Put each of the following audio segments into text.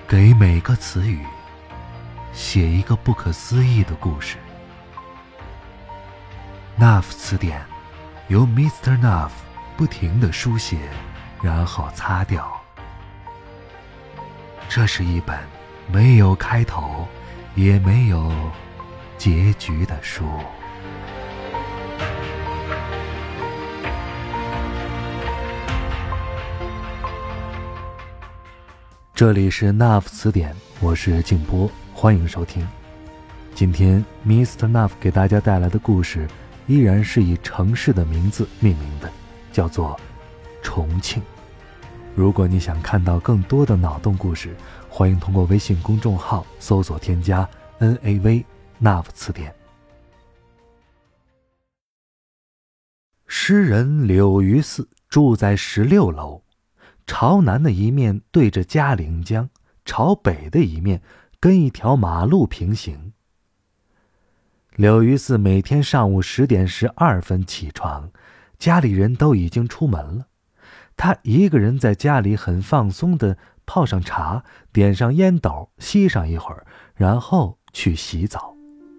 给每个词语写一个不可思议的故事。Nuff 词典由 Mr. Nuff 不停地书写，然后擦掉。这是一本没有开头也没有结局的书。这里是 Nuff 词典，我是静波，欢迎收听。今天 Mr. Nuff 给大家带来的故事依然是以城市的名字命名的，叫做重庆。如果你想看到更多的脑洞故事，欢迎通过微信公众号搜索添加 NAV Nuff 词典。诗人柳于四住在16楼，朝南的一面对着嘉陵江，朝北的一面跟一条马路平行。柳于四每天上午10点12分起床，家里人都已经出门了，他一个人在家里很放松地泡上茶，点上烟斗，吸上一会儿，然后去洗澡。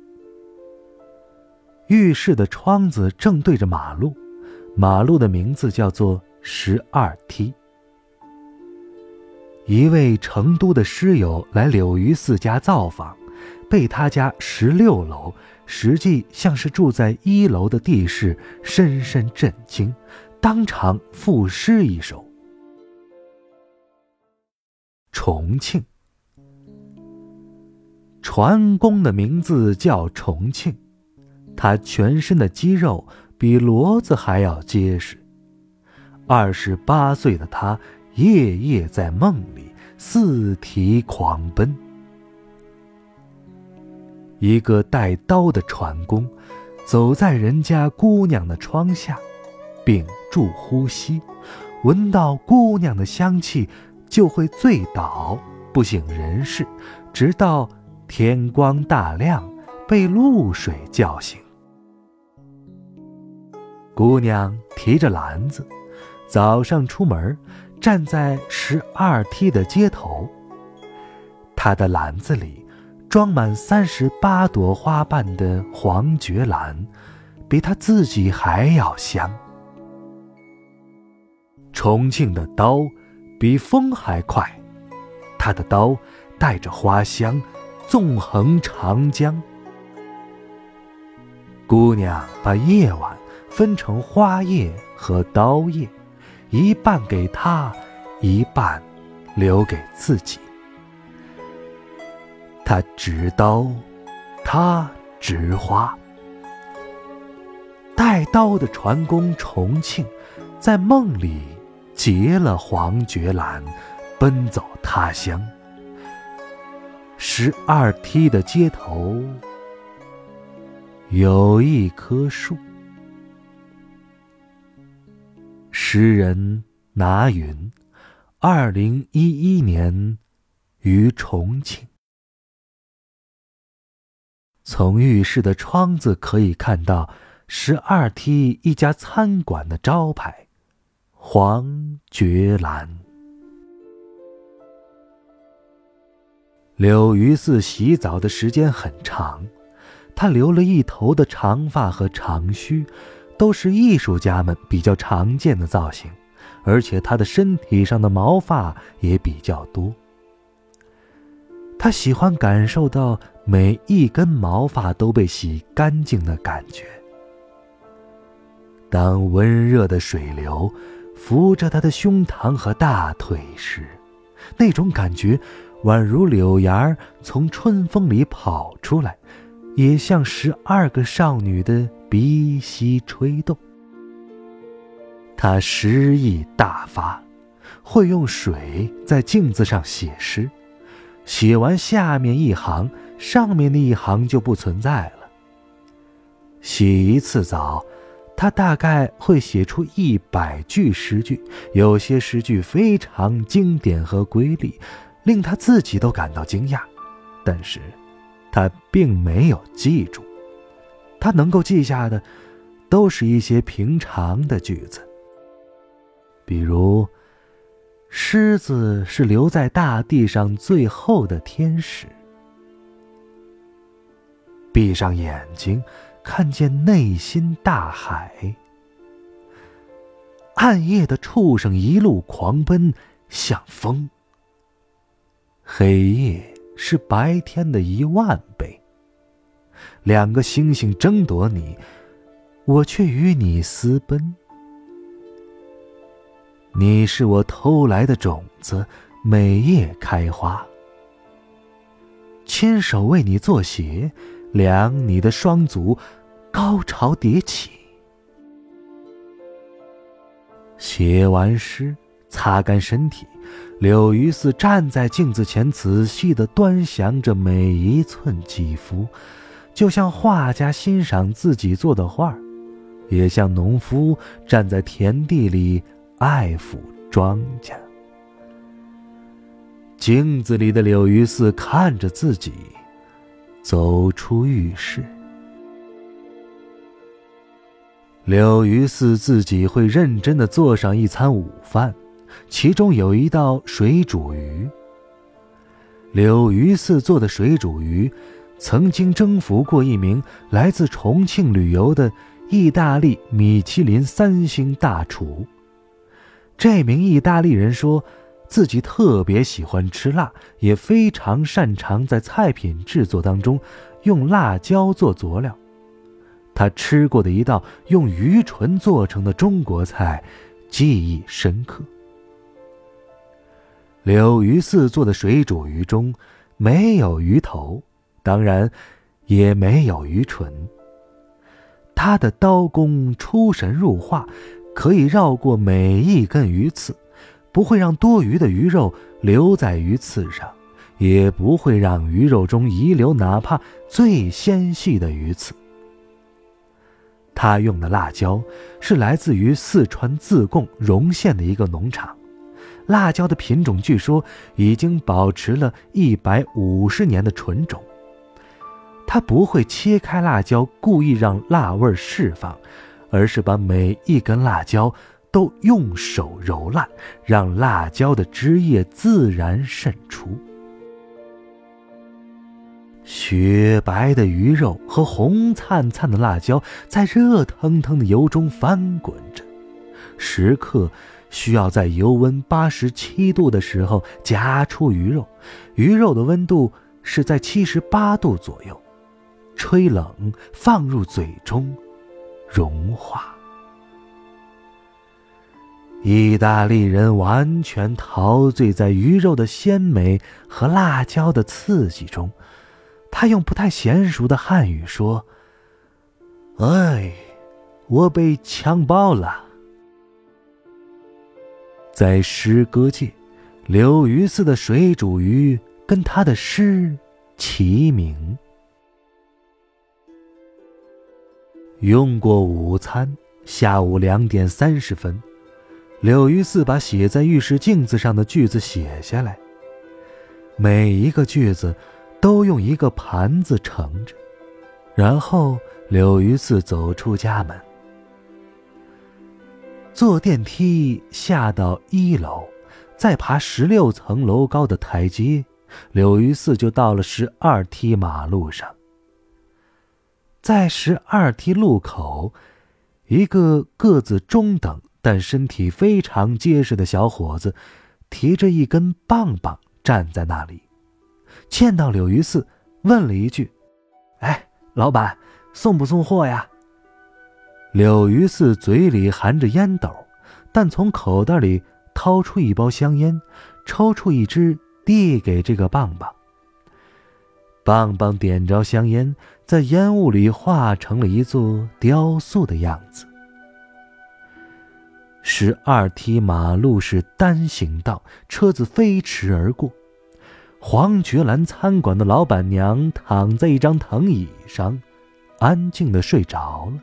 浴室的窗子正对着马路，马路的名字叫做12梯。一位成都的诗友来柳于四家造访，被他家16楼，实际像是住在1楼的地势深深震惊，当场赋诗一首。重庆，船工的名字叫重庆，他全身的肌肉比骡子还要结实。28岁的他夜夜在梦里四蹄狂奔。一个带刀的船工走在人家姑娘的窗下，屏住呼吸，闻到姑娘的香气就会醉倒，不省人事，直到天光大亮被露水叫醒。姑娘提着篮子，早上出门，站在12梯的街头，她的篮子里装满38朵花瓣的黄菊兰，比她自己还要香。重庆的刀比风还快，她的刀带着花香，纵横长江。姑娘把夜晚分成花叶和刀叶，一半给他，一半留给自己。他执刀，他执花。带刀的船工重庆在梦里结了黄菊兰，奔走他乡。12梯的街头有一棵树。诗人拿云，2011年于重庆。从浴室的窗子可以看到12梯一家餐馆的招牌黄菊兰。柳于四洗澡的时间很长，他留了一头的长发和长须，都是艺术家们比较常见的造型，而且他的身体上的毛发也比较多。他喜欢感受到每一根毛发都被洗干净的感觉。当温热的水流扶着他的胸膛和大腿时，那种感觉宛如柳芽从春风里跑出来，也像12个少女的鼻息吹动。他诗意大发，会用水在镜子上写诗，写完下面一行，上面的一行就不存在了。洗一次澡，他大概会写出100句诗句，有些诗句非常经典和瑰丽，令他自己都感到惊讶，但是他并没有记住。他能够记下的都是一些平常的句子，比如狮子是留在大地上最后的天使。闭上眼睛，看见内心大海。暗夜的畜生一路狂奔，像风。黑夜是白天的10000倍。2个星星争夺你，我却与你私奔。你是我偷来的种子，每夜开花。亲手为你做鞋，量你的双足，高潮迭起。写完诗，擦干身体，柳于四站在镜子前，仔细地端详着每一寸肌肤，就像画家欣赏自己做的画，也像农夫站在田地里爱抚庄稼。镜子里的柳于四看着自己，走出浴室。柳于四自己会认真地做上一餐午饭，其中有一道水煮鱼。柳于四做的水煮鱼曾经征服过一名来自重庆旅游的意大利米其林3星大厨。这名意大利人说自己特别喜欢吃辣，也非常擅长在菜品制作当中用辣椒做佐料。他吃过的一道用鱼唇做成的中国菜记忆深刻。柳于四做的水煮鱼中没有鱼头，当然也没有鱼唇。他的刀工出神入化，可以绕过每一根鱼刺，不会让多余的鱼肉留在鱼刺上，也不会让鱼肉中遗留哪怕最纤细的鱼刺。他用的辣椒是来自于四川自贡荣县的一个农场，辣椒的品种据说已经保持了150年的纯种。他不会切开辣椒故意让辣味释放，而是把每一根辣椒都用手揉烂，让辣椒的汁液自然渗出。雪白的鱼肉和红灿灿的辣椒在热腾腾的油中翻滚着，时刻需要在油温87度的时候夹出鱼肉，鱼肉的温度是在78度左右，吹冷放入嘴中融化。意大利人完全陶醉在鱼肉的鲜美和辣椒的刺激中。他用不太娴熟的汉语说：“哎，我被强暴了。”在诗歌界，柳于四的水煮鱼跟他的诗齐名。用过午餐，下午2点30分，柳于四把写在浴室镜子上的句子写下来，每一个句子都用一个盘子盛着，然后柳于四走出家门，坐电梯下到1楼，再爬16层楼高的台阶，柳于四就到了12梯马路上。在12梯路口，一个个子中等但身体非常结实的小伙子提着一根棒棒站在那里，见到柳于四问了一句：“哎，老板，送不送货呀？”柳于四嘴里含着烟斗，但从口袋里掏出一包香烟，抽出一支递给这个棒棒。棒棒点着香烟，在烟雾里化成了一座雕塑的样子。12梯马路是单行道，车子飞驰而过。黄觉兰餐馆的老板娘躺在一张藤椅上，安静地睡着了。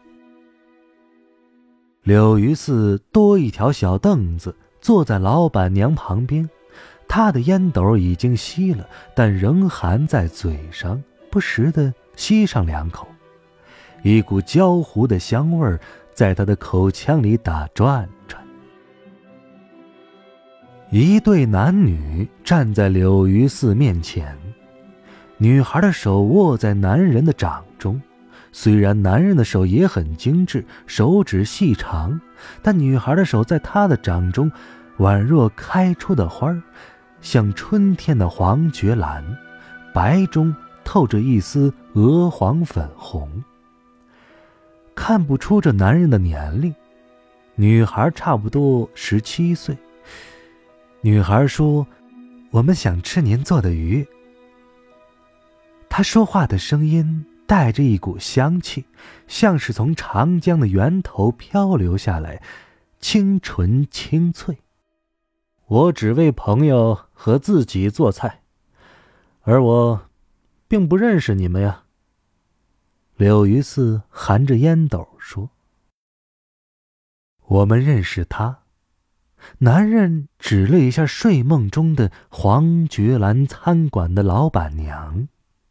柳于四多一条小凳子，坐在老板娘旁边，他的烟斗已经熄了，但仍含在嘴上，不时地吸上2口，一股焦糊的香味在他的口腔里打转转。 一对男女站在柳鱼寺面前，女孩的手握在男人的掌中，虽然男人的手也很精致，手指细长，但女孩的手在他的掌中宛若开出的花，像春天的黄菊兰，白中透着一丝鹅黄粉红。看不出这男人的年龄，女孩差不多17岁。女孩说：“我们想吃您做的鱼。”她说话的声音带着一股香气，像是从长江的源头漂流下来，清纯清脆。我只为朋友和自己做菜，而我并不认识你们呀。柳鱼寺含着烟斗说：“我们认识他。”男人指了一下睡梦中的黄菊兰餐馆的老板娘。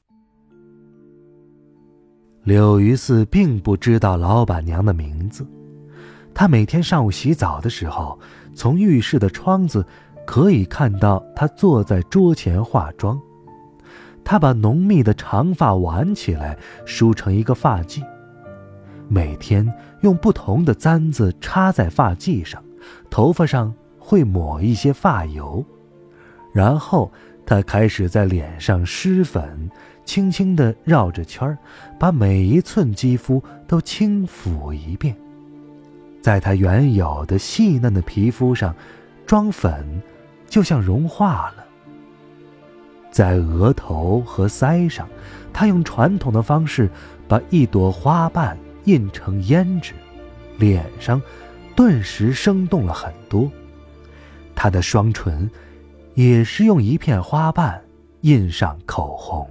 柳鱼寺并不知道老板娘的名字，他每天上午洗澡的时候，从浴室的窗子可以看到她坐在桌前化妆。她把浓密的长发挽起来，梳成一个发髻，每天用不同的簪子插在发髻上，头发上会抹一些发油，然后她开始在脸上施粉，轻轻地绕着圈儿，把每一寸肌肤都轻抚一遍。在她原有的细嫩的皮肤上，妆粉就像融化了。在额头和腮上，她用传统的方式把一朵花瓣印成胭脂，脸上顿时生动了很多。她的双唇也是用一片花瓣印上口红。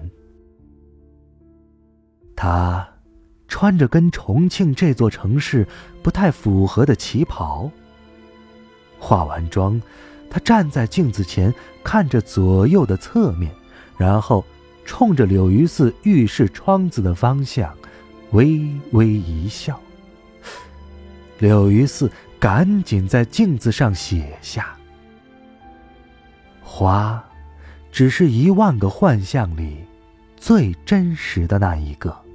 她穿着跟重庆这座城市不太符合的旗袍。化完妆，她站在镜子前，看着左右的侧面，然后冲着柳鱼寺浴室窗子的方向微微一笑。柳鱼寺赶紧在镜子上写下：花只是10000个幻象里最真实的那一个。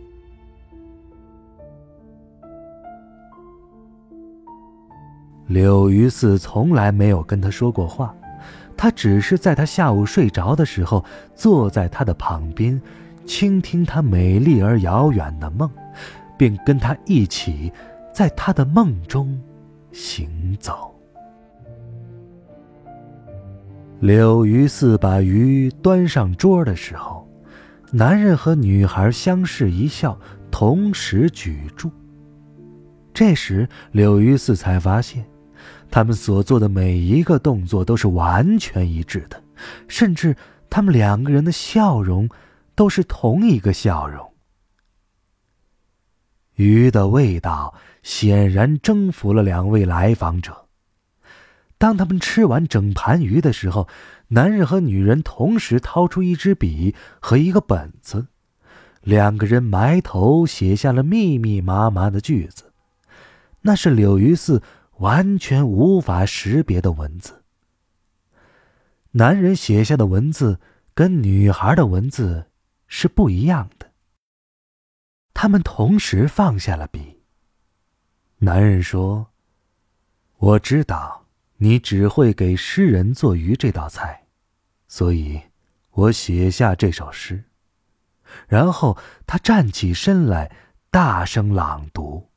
柳鱼寺从来没有跟他说过话，他只是在他下午睡着的时候，坐在他的旁边，倾听他美丽而遥远的梦，并跟他一起在他的梦中行走。柳鱼寺把鱼端上桌的时候，男人和女孩相视一笑，同时举箸。这时柳鱼寺才发现，他们所做的每一个动作都是完全一致的，甚至他们2个人的笑容都是同一个笑容。鱼的味道显然征服了2位来访者。当他们吃完整盘鱼的时候，男人和女人同时掏出一支笔和一个本子，2个人埋头写下了密密麻麻的句子，那是柳鱼寺完全无法识别的文字。男人写下的文字跟女孩的文字是不一样的。他们同时放下了笔。男人说：“我知道你只会给诗人做鱼这道菜，所以我写下这首诗。”然后他站起身来，大声朗读：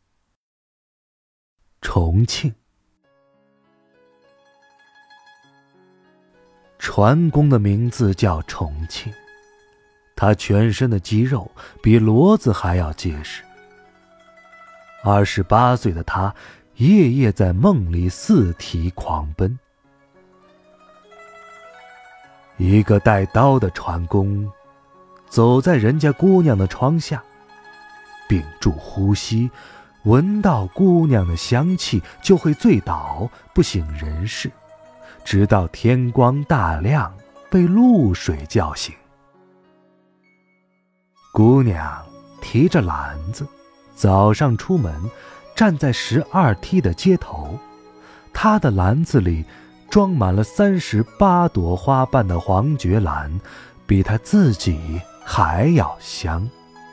重庆。船工的名字叫重庆，他全身的肌肉比骡子还要结实。28岁的他夜夜在梦里四蹄狂奔。一个带刀的船工走在人家姑娘的窗下，屏住呼吸，闻到姑娘的香气就会醉倒，不省人事，直到天光大亮，被露水叫醒。姑娘提着篮子，早上出门，站在12梯的街头，她的篮子里装满了38朵花瓣的黄菊兰，比他自己还要香。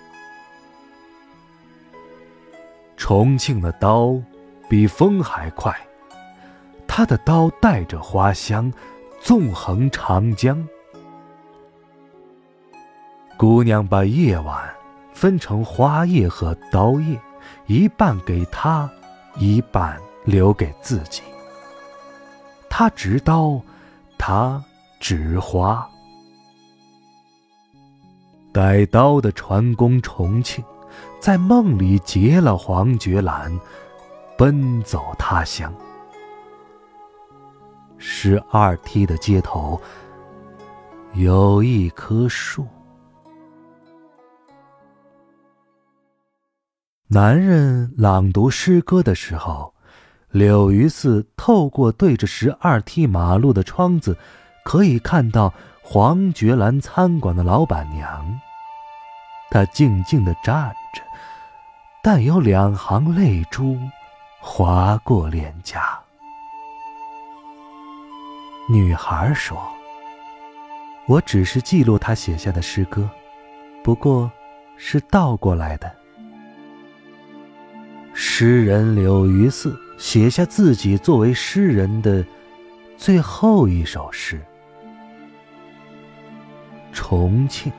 重庆的刀比风还快，他的刀带着花香，纵横长江。姑娘把夜晚分成花叶和刀叶，一半给他，一半留给自己。他执刀，他执花。带刀的船工重庆，在梦里结了黄菊兰，奔走他乡。12梯的街头有一棵树。男人朗读诗歌的时候，柳鱼寺透过对着12梯马路的窗子，可以看到黄菊兰餐馆的老板娘。她静静地站着，但有2行泪珠划过脸颊。女孩说：“我只是记录她写下的诗歌，不过是倒过来的。”诗人柳鱼寺写下自己作为诗人的最后一首诗。重庆。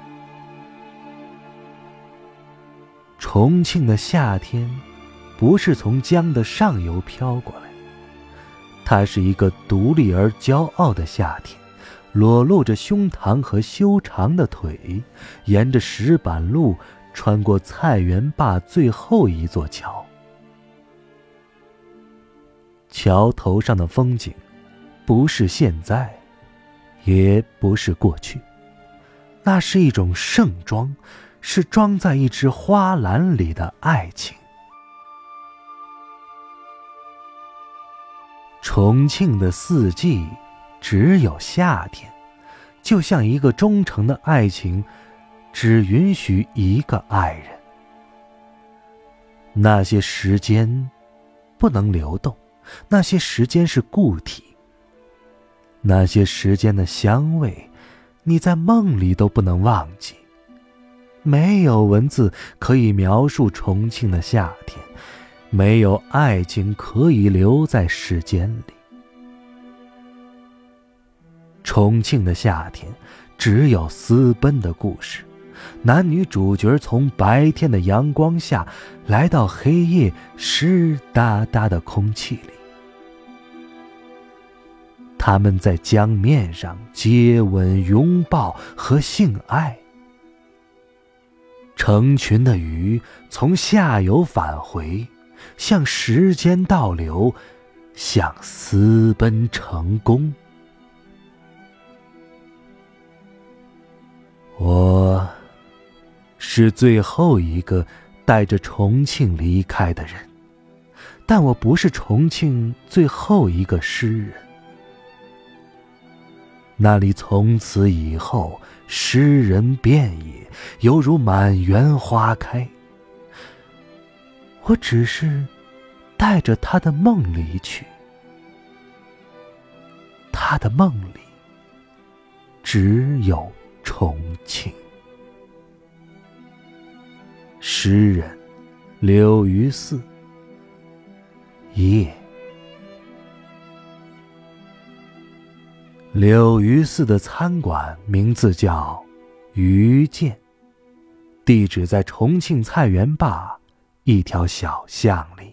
重庆的夏天不是从江的上游飘过来，它是一个独立而骄傲的夏天，裸露着胸膛和修长的腿，沿着石板路穿过菜园坝最后一座桥。桥头上的风景不是现在，也不是过去，那是一种盛装，是装在一只花篮里的爱情。重庆的四季只有夏天，就像一个忠诚的爱情只允许一个爱人。那些时间不能流动，那些时间是固体，那些时间的香味你在梦里都不能忘记。没有文字可以描述重庆的夏天，没有爱情可以留在时间里。重庆的夏天只有私奔的故事，男女主角从白天的阳光下来到黑夜湿哒哒的空气里，他们在江面上接吻、拥抱和性爱。成群的鱼从下游返回，向时间倒流，向私奔成功。我是最后一个带着重庆离开的人，但我不是重庆最后一个诗人。那里从此以后诗人遍野，犹如满园花开。我只是带着他的梦离去，他的梦里只有重庆。诗人柳鱼寺夜。柳鱼寺的餐馆名字叫鱼见，地址在重庆菜园坝一条小巷里。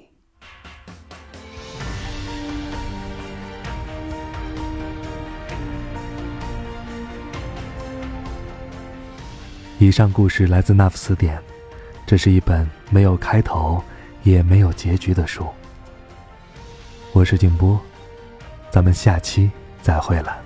以上故事来自那副词典，这是一本没有开头也没有结局的书。我是静波，咱们下期再会了。